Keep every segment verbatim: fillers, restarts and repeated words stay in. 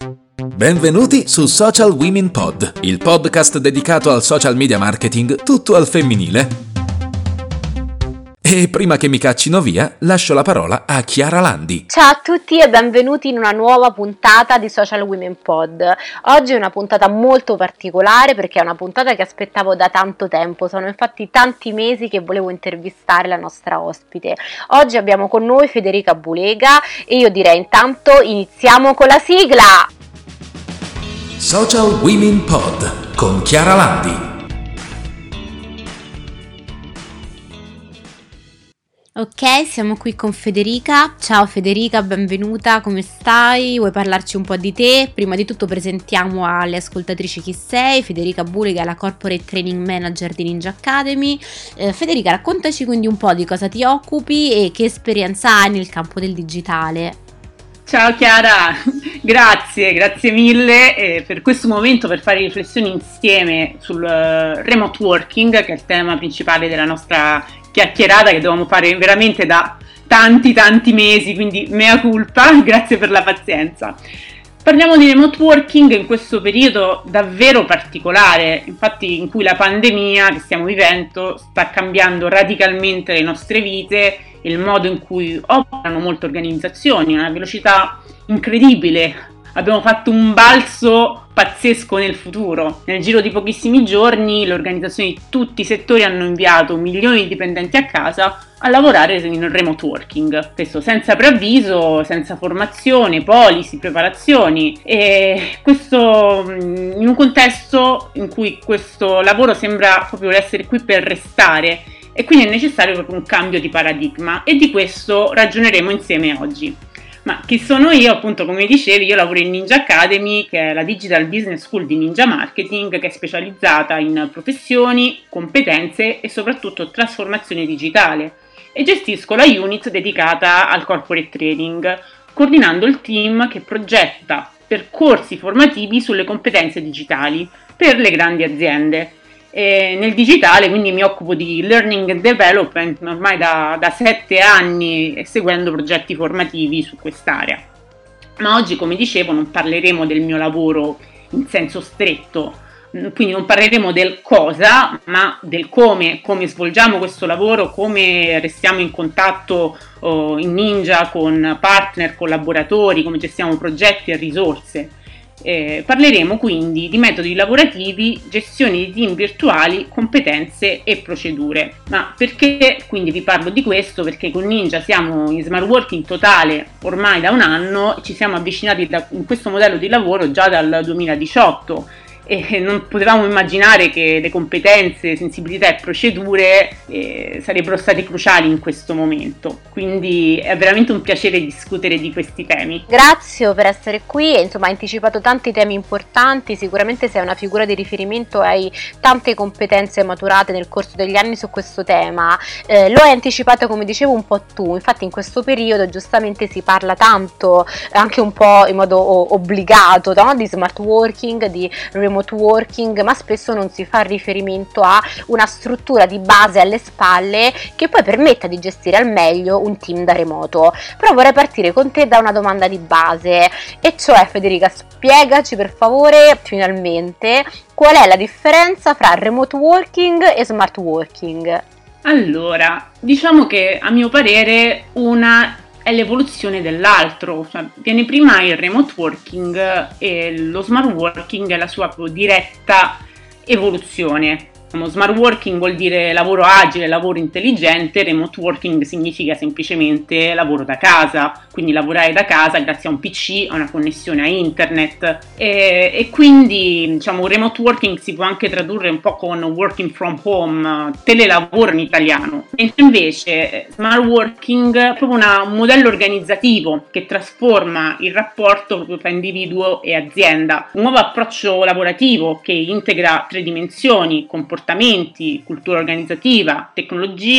Benvenuti su Social Women Pod, il podcast dedicato al social media marketing tutto al femminile. E prima che mi caccino via, lascio la parola a Chiara Landi. Ciao a tutti e benvenuti in una nuova puntata di Social Women Pod. Oggi è una puntata molto particolare perché è una puntata che aspettavo da tanto tempo. Sono infatti tanti mesi che volevo intervistare la nostra ospite. Oggi abbiamo con noi Federica Bulega e io direi intanto iniziamo con la sigla! Social Women Pod con Chiara Landi. Ok, siamo qui con Federica. Ciao Federica, benvenuta, come stai? Vuoi parlarci un po' di te? Prima di tutto presentiamo alle ascoltatrici chi sei. Federica Bulega è la Corporate Training Manager di Ninja Academy. Eh, Federica, raccontaci quindi un po' di cosa ti occupi e che esperienza hai nel campo del digitale. Ciao Chiara, grazie, grazie mille eh, per questo momento, per fare riflessioni insieme sul uh, remote working, che è il tema principale della nostra chiacchierata che dovevamo fare veramente da tanti tanti mesi, quindi mea culpa, grazie per la pazienza. Parliamo di remote working in questo periodo davvero particolare, infatti in cui la pandemia che stiamo vivendo sta cambiando radicalmente le nostre vite, il modo in cui operano molte organizzazioni, una velocità incredibile. Abbiamo fatto un balzo pazzesco nel futuro. Nel giro di pochissimi giorni le organizzazioni di tutti i settori hanno inviato milioni di dipendenti a casa a lavorare in remote working. Questo senza preavviso, senza formazione, policy, preparazioni, e questo in un contesto in cui questo lavoro sembra proprio essere qui per restare e quindi è necessario proprio un cambio di paradigma, e di questo ragioneremo insieme oggi. Ma chi sono io? Appunto, come dicevi, io lavoro in Ninja Academy, che è la Digital Business School di Ninja Marketing, che è specializzata in professioni, competenze e soprattutto trasformazione digitale, e gestisco la unit dedicata al corporate training, coordinando il team che progetta percorsi formativi sulle competenze digitali per le grandi aziende. E nel digitale quindi mi occupo di learning and development ormai da, da sette anni, seguendo progetti formativi su quest'area. Ma oggi, come dicevo, non parleremo del mio lavoro in senso stretto, quindi non parleremo del cosa, ma del come, come svolgiamo questo lavoro, come restiamo in contatto oh, in Ninja con partner, collaboratori, come gestiamo progetti e risorse. Eh, parleremo quindi di metodi lavorativi, gestione di team virtuali, competenze e procedure. Ma perché quindi vi parlo di questo? Perché con Ninja siamo in smart working totale ormai da un anno e ci siamo avvicinati da, in questo modello di lavoro già dal duemiladiciotto, e non potevamo immaginare che le competenze, sensibilità e procedure eh, sarebbero state cruciali in questo momento. Quindi è veramente un piacere discutere di questi temi. Grazie per essere qui e insomma hai anticipato tanti temi importanti. Sicuramente sei una figura di riferimento, hai tante competenze maturate nel corso degli anni su questo tema. Eh, lo hai anticipato, come dicevo, un po' tu. Infatti in questo periodo giustamente si parla tanto, anche un po' in modo o- obbligato, no? Di smart working, di remote working, ma spesso non si fa riferimento a una struttura di base alle spalle che poi permetta di gestire al meglio un team da remoto. Però vorrei partire con te da una domanda di base, e cioè, Federica, spiegaci per favore finalmente qual è la differenza fra remote working e smart working. Allora, diciamo che a mio parere una è l'evoluzione dell'altro, cioè, viene prima il remote working e lo smart working è la sua diretta evoluzione. Smart working vuol dire lavoro agile, lavoro intelligente, remote working significa semplicemente lavoro da casa, quindi lavorare da casa grazie a un P C, a una connessione a internet, e, e quindi diciamo remote working si può anche tradurre un po' con working from home, telelavoro in italiano, mentre invece smart working è proprio una, un modello organizzativo che trasforma il rapporto proprio tra individuo e azienda, un nuovo approccio lavorativo che integra tre dimensioni: comportamenti, cultura organizzativa, tecnologie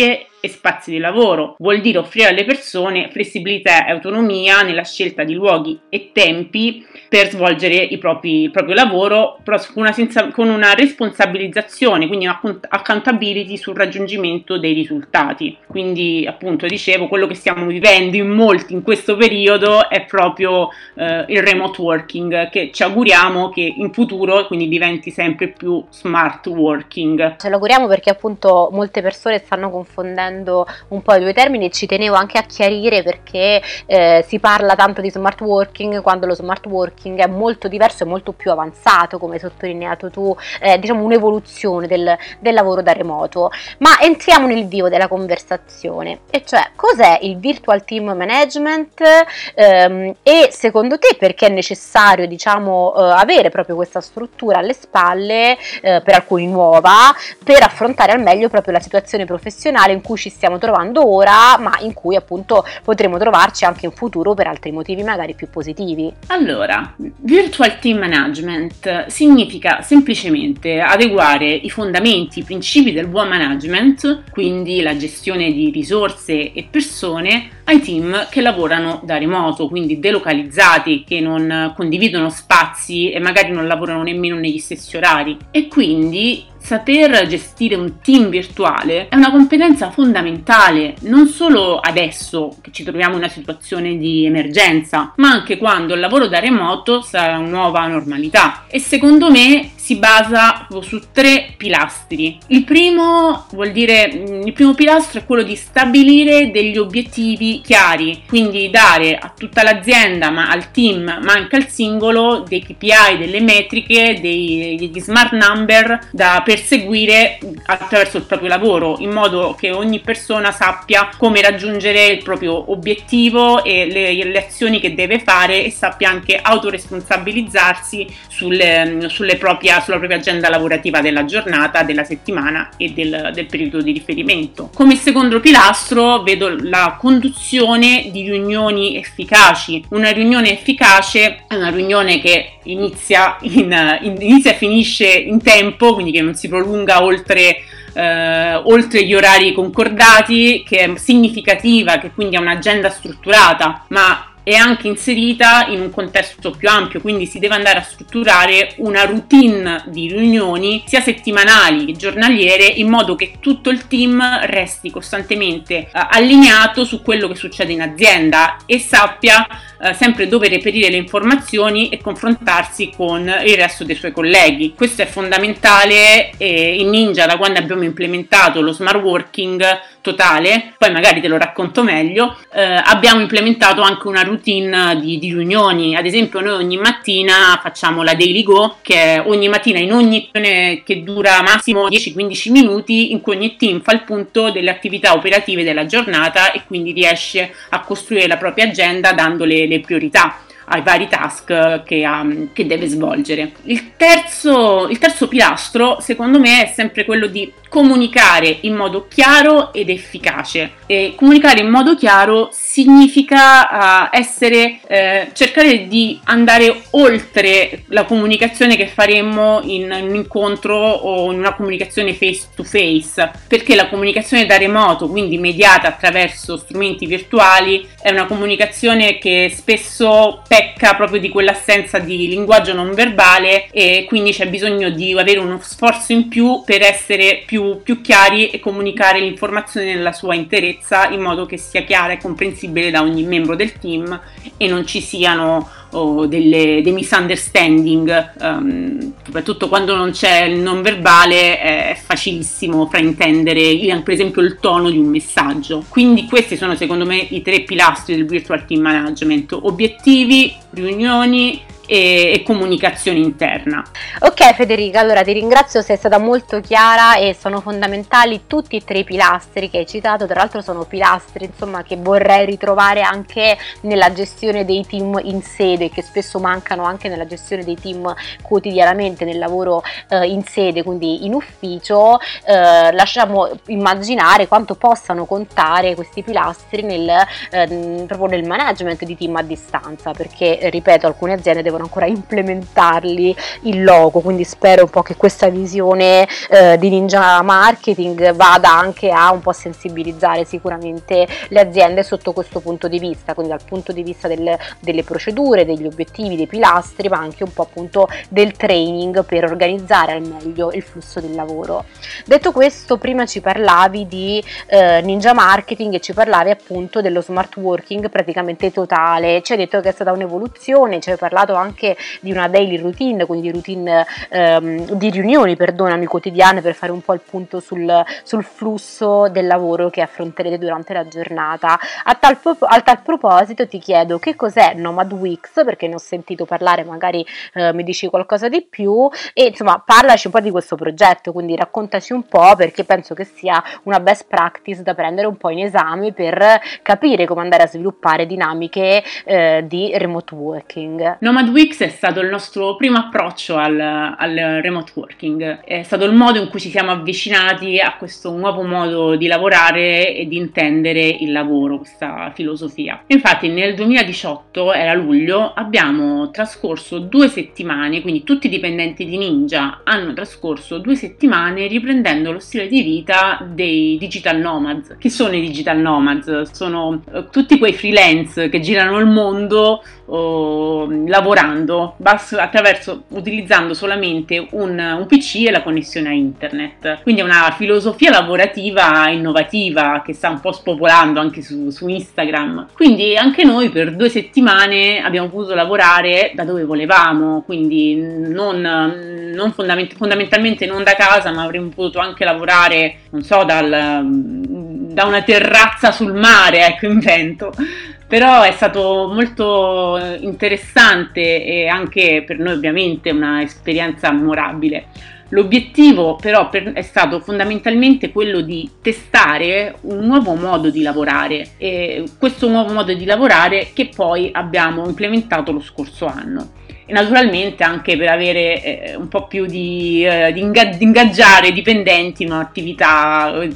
e spazi di lavoro. Vuol dire offrire alle persone flessibilità e autonomia nella scelta di luoghi e tempi per svolgere i propri, il proprio lavoro, però con una, senza, con una responsabilizzazione, quindi una accountability sul raggiungimento dei risultati. Quindi appunto dicevo, quello che stiamo vivendo in molti in questo periodo è proprio eh, il remote working, che ci auguriamo che in futuro quindi diventi sempre più smart working. Ce lo auguriamo, perché appunto molte persone stanno confondendo un po' i due termini, e ci tenevo anche a chiarire perché eh, si parla tanto di smart working quando lo smart working è molto diverso e molto più avanzato, come hai sottolineato tu, eh, diciamo un'evoluzione del, del lavoro da remoto. Ma entriamo nel vivo della conversazione, e cioè cos'è il virtual team management ehm, e secondo te perché è necessario, diciamo, eh, avere proprio questa struttura alle spalle, eh, per alcuni nuova, per affrontare al meglio proprio la situazione professionale in cui ci stiamo trovando ora, ma in cui appunto potremo trovarci anche in futuro per altri motivi magari più positivi. Allora, virtual team management significa semplicemente adeguare i fondamenti, i principi del buon management, quindi la gestione di risorse e persone, ai team che lavorano da remoto, quindi delocalizzati, che non condividono spazi e magari non lavorano nemmeno negli stessi orari. E quindi saper gestire un team virtuale è una competenza fondamentale, non solo adesso che ci troviamo in una situazione di emergenza, ma anche quando il lavoro da remoto sarà una nuova normalità. E secondo me si basa su tre pilastri. Il primo vuol dire, il primo pilastro è quello di stabilire degli obiettivi chiari, quindi dare a tutta l'azienda, ma al team, ma anche al singolo, dei K P I, delle metriche, dei, degli smart number da perseguire attraverso il proprio lavoro, in modo che ogni persona sappia come raggiungere il proprio obiettivo e le, le azioni che deve fare, e sappia anche autoresponsabilizzarsi sulle, sulle proprie, sulla propria agenda lavorativa della giornata, della settimana e del, del periodo di riferimento. Come secondo pilastro vedo la conduzione di riunioni efficaci. Una riunione efficace è una riunione che inizia, in, in, inizia e finisce in tempo, quindi che non si prolunga oltre Uh, oltre gli orari concordati, che è significativa, che quindi ha un'agenda strutturata, ma è anche inserita in un contesto più ampio, quindi si deve andare a strutturare una routine di riunioni sia settimanali che giornaliere, in modo che tutto il team resti costantemente uh, allineato su quello che succede in azienda e sappia uh, sempre dove reperire le informazioni e confrontarsi con il resto dei suoi colleghi. Questo è fondamentale, e in Ninja, da quando abbiamo implementato lo smart working totale, poi magari te lo racconto meglio, eh, abbiamo implementato anche una routine di, di riunioni. Ad esempio noi ogni mattina facciamo la Daily Go, che è ogni mattina in ogni riunione, che dura massimo dieci quindici minuti, in cui ogni team fa il punto delle attività operative della giornata e quindi riesce a costruire la propria agenda dando le, le priorità ai vari task che, um, che deve svolgere. Il terzo, il terzo pilastro secondo me è sempre quello di comunicare in modo chiaro ed efficace. E comunicare in modo chiaro significa uh, essere eh, cercare di andare oltre la comunicazione che faremmo in, in un incontro o in una comunicazione face to face, perché la comunicazione da remoto, quindi mediata attraverso strumenti virtuali, è una comunicazione che spesso pecca proprio di quell'assenza di linguaggio non verbale, e quindi c'è bisogno di avere uno sforzo in più per essere più più chiari e comunicare l'informazione nella sua interezza, in modo che sia chiara e comprensibile da ogni membro del team e non ci siano oh, delle, dei misunderstanding. Um, soprattutto quando non c'è il non verbale è facilissimo fraintendere il, per esempio il tono di un messaggio. Quindi questi sono secondo me i tre pilastri del virtual team management: obiettivi, riunioni e, e comunicazione interna. Ok Federica, allora ti ringrazio, sei stata molto chiara e sono fondamentali tutti e tre i pilastri che hai citato. Tra l'altro sono pilastri insomma che vorrei ritrovare anche nella gestione dei team in sede, che spesso mancano anche nella gestione dei team quotidianamente nel lavoro eh, in sede, quindi in ufficio. Eh, lasciamo immaginare quanto possano contare questi pilastri nel, eh, proprio nel management di team a distanza, perché ripeto, alcune aziende devono devono ancora implementarli il logo, quindi spero un po' che questa visione eh, di Ninja Marketing vada anche a un po' sensibilizzare sicuramente le aziende sotto questo punto di vista, quindi dal punto di vista del, delle procedure, degli obiettivi, dei pilastri, ma anche un po' appunto del training per organizzare al meglio il flusso del lavoro. Detto questo, prima ci parlavi di eh, Ninja Marketing e ci parlavi appunto dello smart working praticamente totale, ci hai detto che è stata un'evoluzione, ci hai parlato anche di una daily routine, quindi di routine ehm, di riunioni, perdonami, quotidiane, per fare un po' il punto sul, sul flusso del lavoro che affronterete durante la giornata. A tal, a tal proposito ti chiedo che cos'è Nomad Weeks, perché ne ho sentito parlare, magari eh, mi dici qualcosa di più e insomma parlaci un po' di questo progetto, quindi raccontaci un po', perché penso che sia una best practice da prendere un po' in esame per capire come andare a sviluppare dinamiche eh, di remote working. Nomad Weeks è stato il nostro primo approccio al, al remote working, è stato il modo in cui ci siamo avvicinati a questo nuovo modo di lavorare e di intendere il lavoro, questa filosofia. Infatti nel duemiladiciotto, era luglio, abbiamo trascorso due settimane, quindi tutti i dipendenti di Ninja hanno trascorso due settimane riprendendo lo stile di vita dei digital nomads. Chi sono i digital nomads? Sono eh, tutti quei freelance che girano il mondo oh, lavorando bas- attraverso utilizzando solamente un, un P C e la connessione a internet. Quindi è una filosofia lavorativa innovativa che sta un po' spopolando anche su, su Instagram. Quindi anche noi per due settimane abbiamo potuto lavorare da dove volevamo, quindi non, non fondament- fondamentalmente non da casa, ma avremmo potuto anche lavorare, non so, dal, da una terrazza sul mare, ecco, invento. Però è stato molto interessante e anche per noi ovviamente una esperienza memorabile. L'obiettivo però per, è stato fondamentalmente quello di testare un nuovo modo di lavorare, e questo nuovo modo di lavorare che poi abbiamo implementato lo scorso anno. E naturalmente anche per avere eh, un po' più di, eh, di, inga- di ingaggiare i dipendenti in un'attività eh,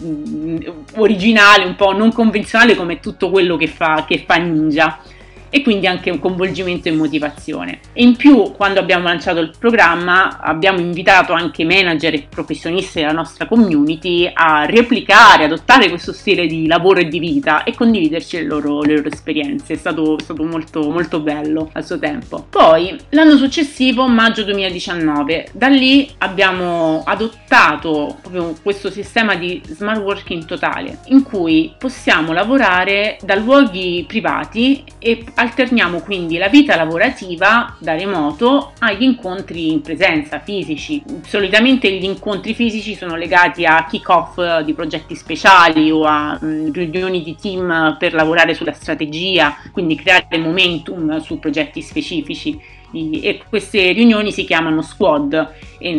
originale, un po' non convenzionale come tutto quello che fa, che fa Ninja, e quindi anche un coinvolgimento e motivazione. E in più, quando abbiamo lanciato il programma, abbiamo invitato anche manager e professionisti della nostra community a replicare, adottare questo stile di lavoro e di vita e condividerci le loro, le loro esperienze. È stato, è stato molto, molto bello al suo tempo. Poi, l'anno successivo, maggio duemiladiciannove, da lì abbiamo adottato proprio questo sistema di smart working totale, in cui possiamo lavorare da luoghi privati e alterniamo quindi la vita lavorativa da remoto agli incontri in presenza fisici. Solitamente gli incontri fisici sono legati a kick-off di progetti speciali o a mh, riunioni di team per lavorare sulla strategia, quindi creare momentum su progetti specifici. E queste riunioni si chiamano squad e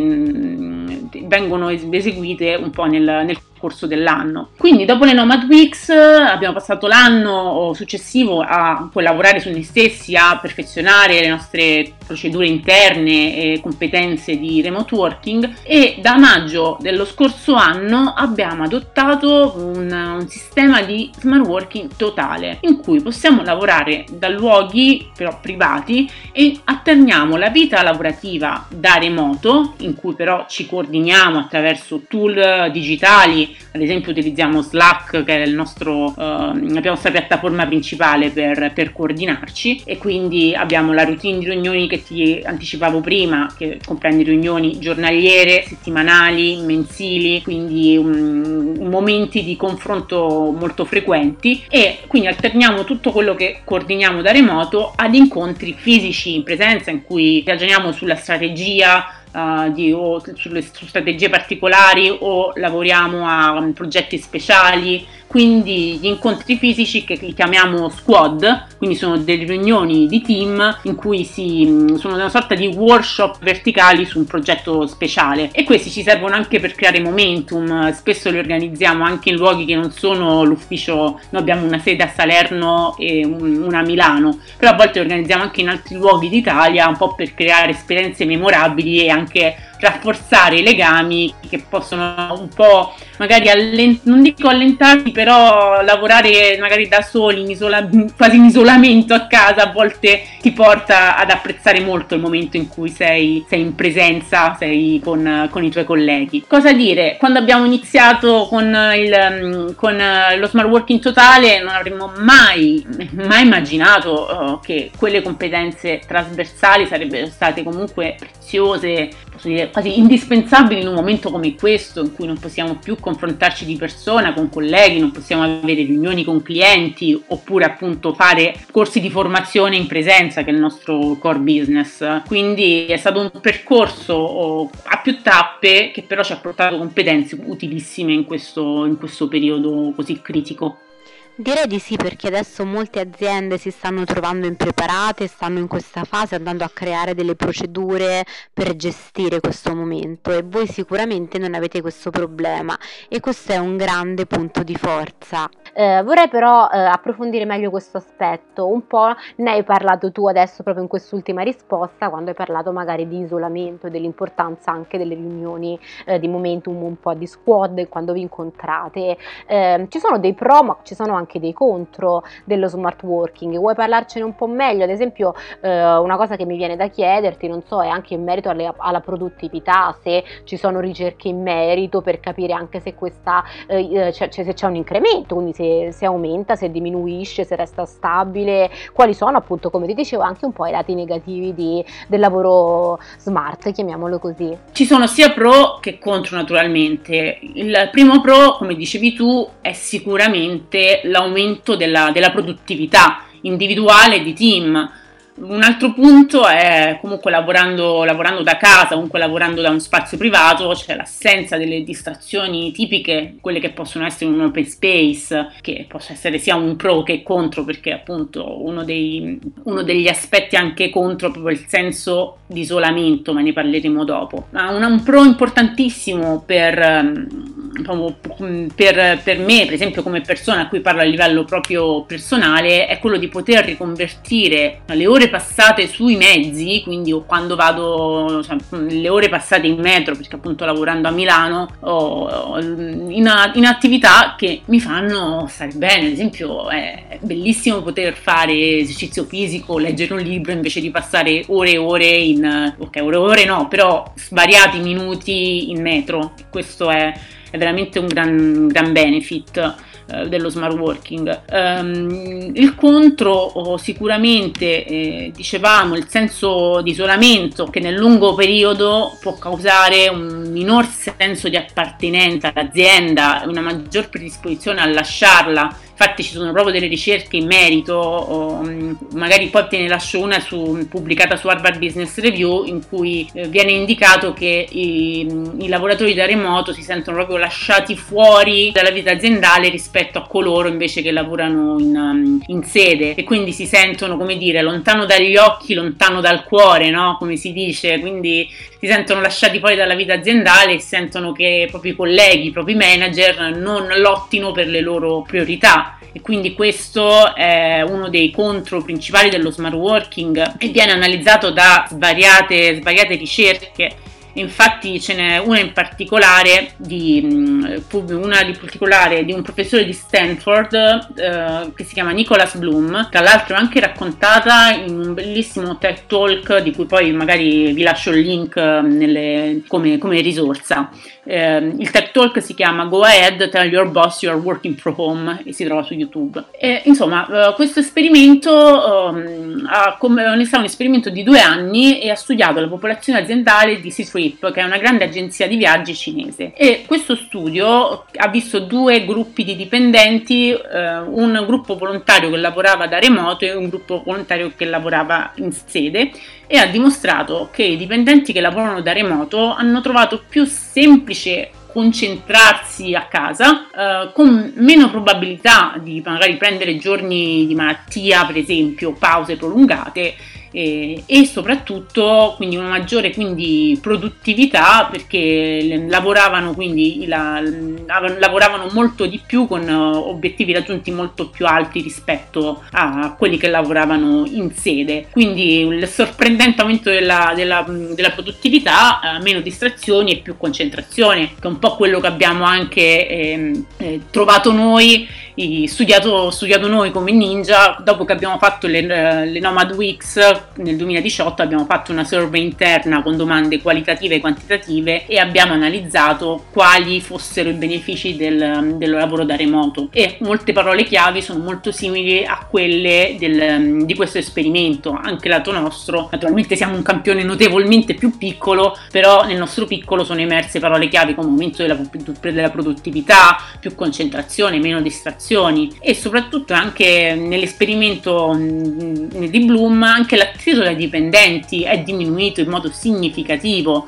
mh, vengono eseguite un po' nel, nel corso dell'anno. Quindi dopo le Nomad Weeks abbiamo passato l'anno successivo a lavorare su noi stessi, a perfezionare le nostre procedure interne e competenze di remote working, e da maggio dello scorso anno abbiamo adottato un, un sistema di smart working totale in cui possiamo lavorare da luoghi però privati e alterniamo la vita lavorativa da remoto, in cui però ci coordiniamo attraverso tool digitali. Ad esempio utilizziamo Slack, che è il nostro, eh, la nostra piattaforma principale per, per coordinarci, e quindi abbiamo la routine di riunioni che ti anticipavo prima, che comprende riunioni giornaliere, settimanali, mensili, quindi um, momenti di confronto molto frequenti, e quindi alterniamo tutto quello che coordiniamo da remoto ad incontri fisici in presenza in cui ragioniamo sulla strategia Uh, di, o sulle su strategie particolari o lavoriamo a um, progetti speciali. Quindi gli incontri fisici, che li chiamiamo squad, quindi sono delle riunioni di team in cui si sono una sorta di workshop verticali su un progetto speciale, e questi ci servono anche per creare momentum. Spesso li organizziamo anche in luoghi che non sono l'ufficio. Noi abbiamo una sede a Salerno e un, una a Milano, però a volte li organizziamo anche in altri luoghi d'Italia, un po' per creare esperienze memorabili e anche rafforzare i legami che possono un po' magari allent- non dico allentarsi, però lavorare magari da soli, in isola- quasi in isolamento a casa, a volte ti porta ad apprezzare molto il momento in cui sei, sei in presenza, sei con, con i tuoi colleghi. Cosa dire? Quando abbiamo iniziato con, il, con lo smart working totale non avremmo mai, mai immaginato uh, che quelle competenze trasversali sarebbero state comunque preziose, posso dire quasi indispensabili in un momento come questo, in cui non possiamo più confrontarci di persona con colleghi, non possiamo avere riunioni con clienti, oppure appunto fare corsi di formazione in presenza, che è il nostro core business. Quindi è stato un percorso oh, a più tappe, che però ci ha portato competenze utilissime in questo, in questo periodo così critico. Direi di sì, perché adesso molte aziende si stanno trovando impreparate, stanno in questa fase andando a creare delle procedure per gestire questo momento, e voi sicuramente non avete questo problema, e questo è un grande punto di forza. Eh, vorrei però eh, approfondire meglio questo aspetto. Un po' ne hai parlato tu adesso proprio in quest'ultima risposta, quando hai parlato magari di isolamento e dell'importanza anche delle riunioni eh, di momentum, un po' di squad, quando vi incontrate. Eh, ci sono dei pro, ma ci sono anche dei contro dello smart working. Vuoi parlarcene un po' meglio? Ad esempio eh, una cosa che mi viene da chiederti, non so, è anche in merito alle, alla produttività, se ci sono ricerche in merito per capire anche se questa eh, cioè, se c'è un incremento, quindi se, se aumenta, se diminuisce, se resta stabile, quali sono appunto, come ti dicevo, anche un po' i lati negativi di, del lavoro smart, chiamiamolo così. Ci sono sia pro che contro, naturalmente. Il primo pro, come dicevi tu, è sicuramente la l'aumento della, della produttività individuale e di team. Un altro punto è comunque lavorando, lavorando da casa, comunque lavorando da uno spazio privato, c'è l'assenza delle distrazioni tipiche, quelle che possono essere un open space, che possa essere sia un pro che contro, perché appunto uno, dei, uno degli aspetti anche contro è proprio il senso di isolamento, ma ne parleremo dopo. Ma un, un pro importantissimo per, per, per me, per esempio come persona a cui parlo a livello proprio personale, è quello di poter riconvertire le ore passate sui mezzi, quindi o quando vado, cioè, le ore passate in metro, perché appunto lavorando a Milano, o in, in attività che mi fanno stare bene. Ad esempio è bellissimo poter fare esercizio fisico, leggere un libro, invece di passare ore e ore in, ok, ore e ore no, però svariati minuti in metro. Questo è, è veramente un gran, gran benefit dello smart working. Um, il contro, oh, sicuramente eh, dicevamo il senso di isolamento, che nel lungo periodo può causare un minor senso di appartenenza all'azienda, una maggior predisposizione a lasciarla. Infatti ci sono proprio delle ricerche in merito, o, magari poi te ne lascio una su, pubblicata su Harvard Business Review, in cui eh, viene indicato che i, i lavoratori da remoto si sentono proprio lasciati fuori dalla vita aziendale rispetto a coloro invece che lavorano in, in sede, e quindi si sentono, come dire, lontano dagli occhi, lontano dal cuore, no? Come si dice, quindi si sentono lasciati fuori dalla vita aziendale e sentono che i propri colleghi, i propri manager non lottino per le loro priorità. E quindi questo è uno dei contro principali dello smart working, e viene analizzato da svariate, svariate ricerche. Infatti ce n'è una in particolare di una di particolare di un professore di Stanford eh, che si chiama Nicholas Bloom, tra l'altro anche raccontata in un bellissimo TED Talk, di cui poi magari vi lascio il link nelle, come, come risorsa. Eh, il TED Talk si chiama Go Ahead, Tell Your Boss You Are Working From Home, e si trova su YouTube. E, insomma, eh, questo esperimento eh, ha, come, è stato un esperimento di due anni e ha studiato la popolazione aziendale di Ctrip, che è una grande agenzia di viaggi cinese, e questo studio ha visto due gruppi di dipendenti, eh, un gruppo volontario che lavorava da remoto e un gruppo volontario che lavorava in sede, e ha dimostrato che i dipendenti che lavorano da remoto hanno trovato più semplice concentrarsi a casa, eh, con meno probabilità di magari prendere giorni di malattia, per esempio pause prolungate, e, e soprattutto quindi una maggiore quindi produttività, perché lavoravano quindi la, lavoravano molto di più con obiettivi raggiunti molto più alti rispetto a quelli che lavoravano in sede. Quindi il sorprendente aumento della, della, della produttività, eh, meno distrazioni e più concentrazione, che è un po' quello che abbiamo anche eh, eh, trovato noi, studiato, studiato noi come Ninja. Dopo che abbiamo fatto le, le Nomad Weeks nel duemiladiciotto, abbiamo fatto una survey interna con domande qualitative e quantitative e abbiamo analizzato quali fossero i benefici del, del lavoro da remoto, e molte parole chiavi sono molto simili a quelle del, di questo esperimento. Anche lato nostro, naturalmente siamo un campione notevolmente più piccolo, però nel nostro piccolo sono emerse parole chiavi come aumento della, della produttività, più concentrazione, meno distrazione, e soprattutto anche nell'esperimento di Bloom anche l'attrito dai dipendenti è diminuito in modo significativo,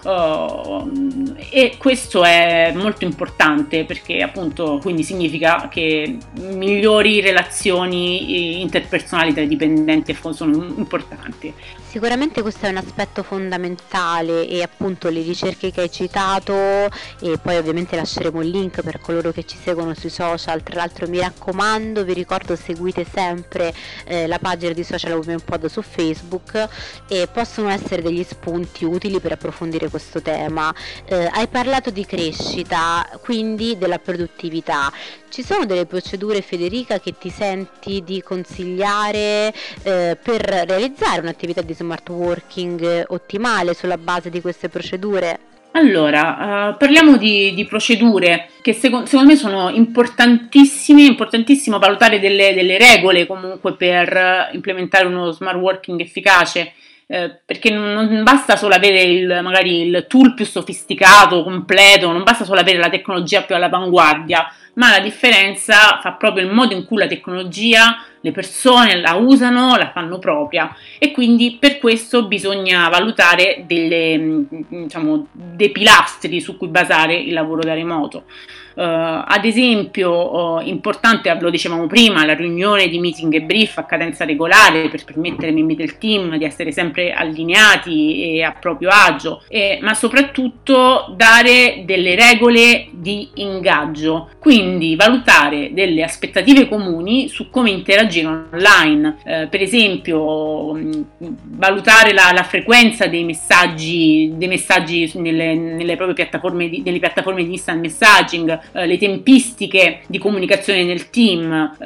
uh, e questo è molto importante perché appunto quindi significa che migliori relazioni interpersonali tra i dipendenti sono importanti. Sicuramente questo è un aspetto fondamentale, e appunto le ricerche che hai citato, e poi ovviamente lasceremo il link per coloro che ci seguono sui social. Tra l'altro mi raccomando, vi ricordo, seguite sempre eh, la pagina di Social Women Pod su Facebook, e possono essere degli spunti utili per approfondire questo tema. Eh, hai parlato di crescita, quindi della produttività. Ci sono delle procedure, Federica, che ti senti di consigliare eh, per realizzare un'attività di smart working ottimale sulla base di queste procedure? Allora, uh, parliamo di, di procedure che secondo, secondo me sono importantissime, importantissimo valutare delle, delle regole comunque per implementare uno smart working efficace. Eh, perché non, non basta solo avere il, magari il tool più sofisticato, completo, non basta solo avere la tecnologia più all'avanguardia, ma la differenza fa proprio il modo in cui la tecnologia, le persone la usano, la fanno propria, e quindi per questo bisogna valutare delle, diciamo, dei pilastri su cui basare il lavoro da remoto. Uh, ad esempio, uh, importante, lo dicevamo prima, la riunione di meeting e brief a cadenza regolare per permettere ai membri del team di essere sempre allineati e a proprio agio, e, ma soprattutto dare delle regole di ingaggio, quindi valutare delle aspettative comuni su come interagire online. Uh, per esempio, mh, valutare la, la frequenza dei messaggi, dei messaggi nelle, nelle proprie piattaforme di, nelle piattaforme di instant messaging, Uh, le tempistiche di comunicazione nel team,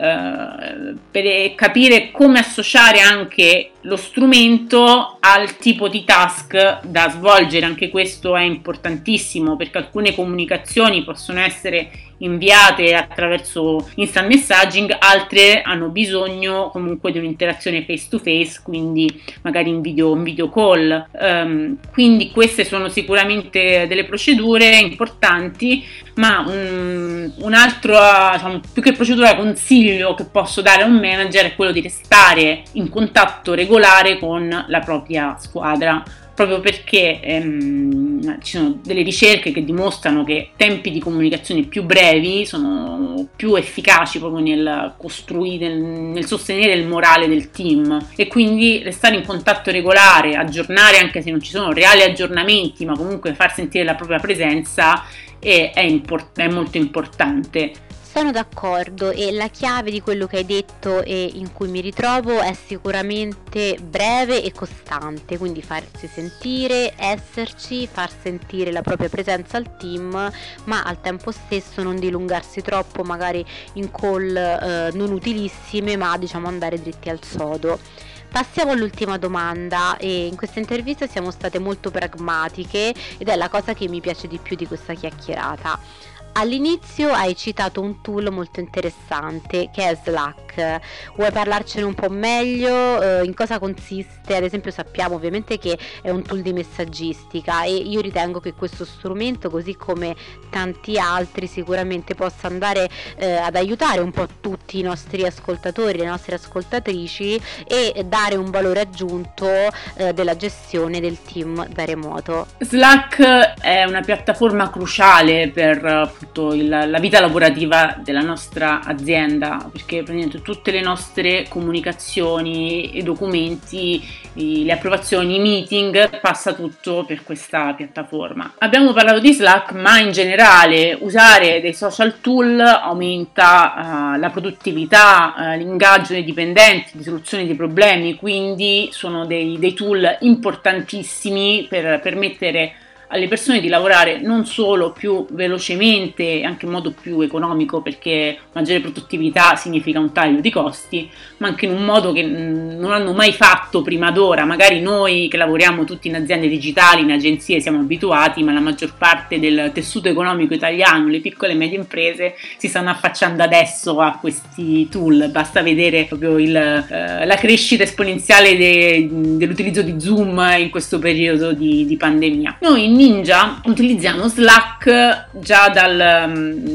uh, per capire come associare anche lo strumento al tipo di task da svolgere. Anche questo è importantissimo, perché alcune comunicazioni possono essere inviate attraverso instant messaging, altre hanno bisogno comunque di un'interazione face to face, quindi magari in video, in video call. Um, quindi queste sono sicuramente delle procedure importanti, ma un, un altro, diciamo, più che procedura, consiglio che posso dare a un manager è quello di restare in contatto regolare con la propria squadra, proprio perché ehm, ci sono delle ricerche che dimostrano che tempi di comunicazione più brevi sono più efficaci proprio nel costruire, nel, nel sostenere il morale del team, e quindi restare in contatto regolare, aggiornare anche se non ci sono reali aggiornamenti, ma comunque far sentire la propria presenza è, è, import- è molto importante. Sono d'accordo, e la chiave di quello che hai detto e in cui mi ritrovo è sicuramente breve e costante, quindi farsi sentire, esserci, far sentire la propria presenza al team, ma al tempo stesso non dilungarsi troppo magari in call eh, non utilissime, ma diciamo andare dritti al sodo. Passiamo all'ultima domanda, e in questa intervista siamo state molto pragmatiche ed è la cosa che mi piace di più di questa chiacchierata. All'inizio hai citato un tool molto interessante che è Slack. Vuoi parlarcene un po' meglio? Eh, in cosa consiste? Ad esempio, sappiamo ovviamente che è un tool di messaggistica, e io ritengo che questo strumento, così come tanti altri, sicuramente possa andare eh, ad aiutare un po' tutti i nostri ascoltatori, le nostre ascoltatrici, e dare un valore aggiunto eh, della gestione del team da remoto. Slack è una piattaforma cruciale per tutto il, la vita lavorativa della nostra azienda, perché praticamente tutte le nostre comunicazioni e documenti, i, le approvazioni, i meeting, passa tutto per questa piattaforma. Abbiamo parlato di Slack, ma in generale usare dei social tool aumenta uh, la produttività, uh, l'ingaggio dei dipendenti, di soluzione dei problemi, quindi sono dei, dei tool importantissimi per permettere alle persone di lavorare non solo più velocemente, anche in modo più economico, perché maggiore produttività significa un taglio di costi, ma anche in un modo che non hanno mai fatto prima d'ora. Magari noi che lavoriamo tutti in aziende digitali, in agenzie, siamo abituati, ma la maggior parte del tessuto economico italiano, le piccole e medie imprese, si stanno affacciando adesso a questi tool. Basta vedere proprio il, eh, la crescita esponenziale de, dell'utilizzo di Zoom in questo periodo di, di pandemia. Noi in Ninja utilizziamo Slack già dal,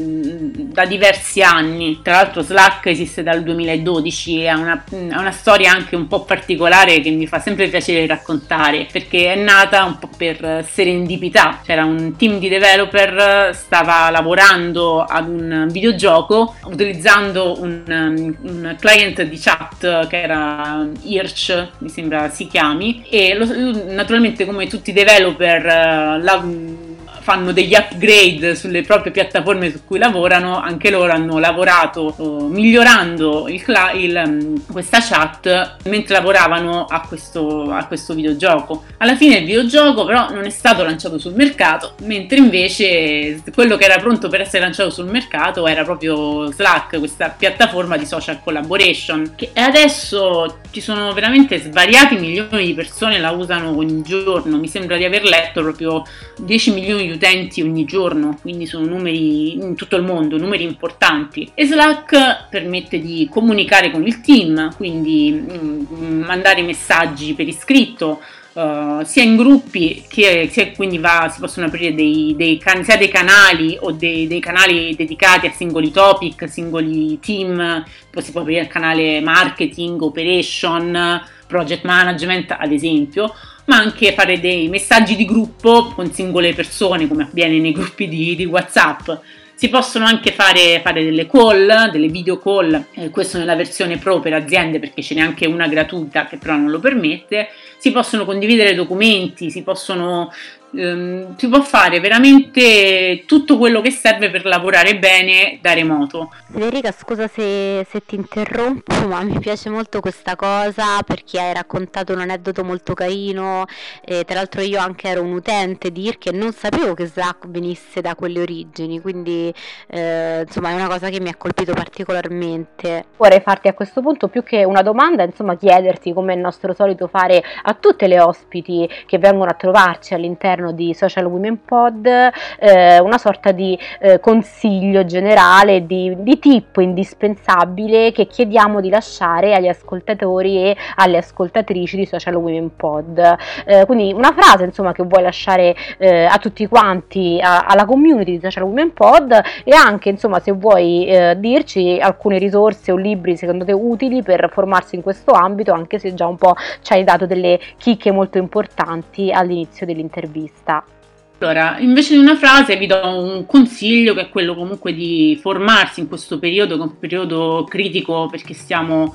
da diversi anni. Tra l'altro Slack esiste dal duemiladodici e ha una, ha una storia anche un po' particolare che mi fa sempre piacere raccontare, perché è nata un po' per serendipità. C'era un team di developer, stava lavorando ad un videogioco utilizzando un, un client di chat che era Hirsch, mi sembra si chiami, e lo, naturalmente, come tutti i developer La, fanno degli upgrade sulle proprie piattaforme su cui lavorano, anche loro hanno lavorato uh, migliorando il, il, questa chat mentre lavoravano a questo, a questo videogioco. Alla fine il videogioco però non è stato lanciato sul mercato, mentre invece quello che era pronto per essere lanciato sul mercato era proprio Slack, questa piattaforma di social collaboration, che adesso ci sono veramente svariati milioni di persone la usano ogni giorno. Mi sembra di aver letto proprio dieci milioni di utenti ogni giorno, quindi sono numeri in tutto il mondo, numeri importanti. E Slack permette di comunicare con il team, quindi mh, mandare messaggi per iscritto, Uh, sia in gruppi che, che quindi va, si possono aprire dei, dei, can, sia dei canali o dei, dei canali dedicati a singoli topic, singoli team. Poi si può aprire il canale marketing, operation, project management ad esempio, ma anche fare dei messaggi di gruppo con singole persone, come avviene nei gruppi di, di WhatsApp. Si possono anche fare, fare delle call, delle video call, eh, questo nella versione pro per aziende, perché ce n'è anche una gratuita che però non lo permette. Si possono condividere documenti, si possono ehm, si può fare veramente tutto quello che serve per lavorare bene da remoto. Federica, scusa se, se ti interrompo, ma mi piace molto questa cosa perché hai raccontato un aneddoto molto carino. E tra l'altro io anche ero un utente di Irk e non sapevo che Slack venisse da quelle origini, quindi eh, insomma è una cosa che mi ha colpito particolarmente. Vorrei farti a questo punto più che una domanda, insomma chiederti, come è il nostro solito fare a tutte le ospiti che vengono a trovarci all'interno di Social Women Pod, eh, una sorta di eh, consiglio generale, di, di tip indispensabile che chiediamo di lasciare agli ascoltatori e alle ascoltatrici di Social Women Pod. Eh, quindi una frase insomma che vuoi lasciare eh, a tutti quanti, a, alla community di Social Women Pod, e anche insomma se vuoi eh, dirci alcune risorse o libri secondo te utili per formarsi in questo ambito, anche se già un po' ci hai dato delle chicche molto importanti all'inizio dell'intervista. Allora, invece di una frase vi do un consiglio, che è quello comunque di formarsi in questo periodo, che è un periodo critico, perché stiamo,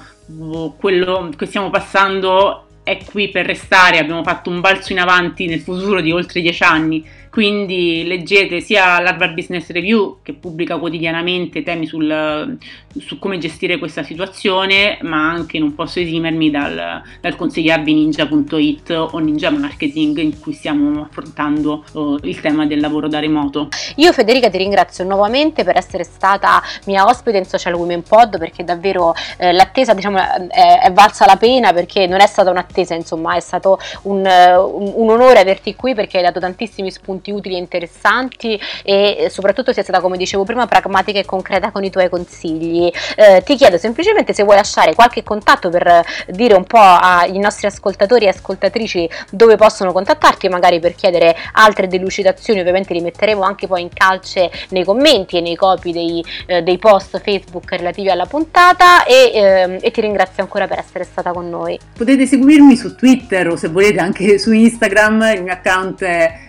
quello che stiamo passando è qui per restare. Abbiamo fatto un balzo in avanti nel futuro di oltre dieci anni, quindi leggete sia l'Harvard Business Review, che pubblica quotidianamente temi sul, su come gestire questa situazione, ma anche non posso esimermi dal, dal consigliarvi ninja punto it o Ninja Marketing, in cui stiamo affrontando uh, il tema del lavoro da remoto. Io Federica ti ringrazio nuovamente per essere stata mia ospite in Social Women Pod, perché davvero eh, l'attesa diciamo è, è valsa la pena, perché non è stata un'attesa, insomma è stato un, un, un onore averti qui, perché hai dato tantissimi spunti utili e interessanti, e soprattutto sei stata, come dicevo prima, pragmatica e concreta con i tuoi consigli. Eh, ti chiedo semplicemente se vuoi lasciare qualche contatto per dire un po' ai nostri ascoltatori e ascoltatrici dove possono contattarti, magari per chiedere altre delucidazioni. Ovviamente li metteremo anche poi in calce nei commenti e nei copy dei, eh, dei post Facebook relativi alla puntata, e, eh, e ti ringrazio ancora per essere stata con noi. Potete seguirmi su Twitter o se volete anche su Instagram, il mio account è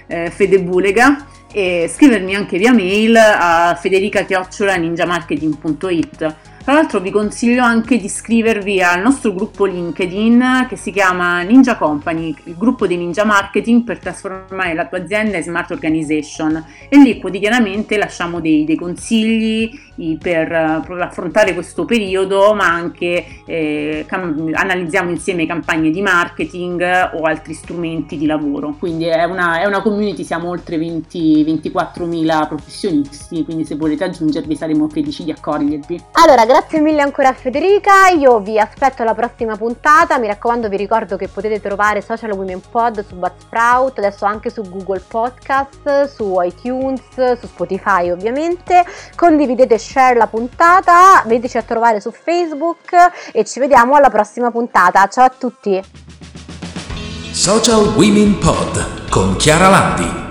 eh, Fede Bulega, e scrivermi anche via mail a federica chiocciola ninjamarketing punto it. Tra l'altro vi consiglio anche di iscrivervi al nostro gruppo LinkedIn che si chiama Ninja Company, il gruppo di Ninja Marketing per trasformare la tua azienda in Smart Organization, e lì quotidianamente lasciamo dei, dei consigli per, per affrontare questo periodo, ma anche eh, cam- analizziamo insieme campagne di marketing o altri strumenti di lavoro. Quindi è una, è una community, siamo oltre venti ventiquattromila professionisti, quindi se volete aggiungervi saremo felici di accogliervi. Allora, grazie mille ancora a Federica, io vi aspetto alla prossima puntata, mi raccomando vi ricordo che potete trovare Social Women Pod su Buzzsprout, adesso anche su Google Podcast, su iTunes, su Spotify ovviamente, condividete, share la puntata, veniteci a trovare su Facebook e ci vediamo alla prossima puntata, ciao a tutti! Social Women Pod con Chiara Landi.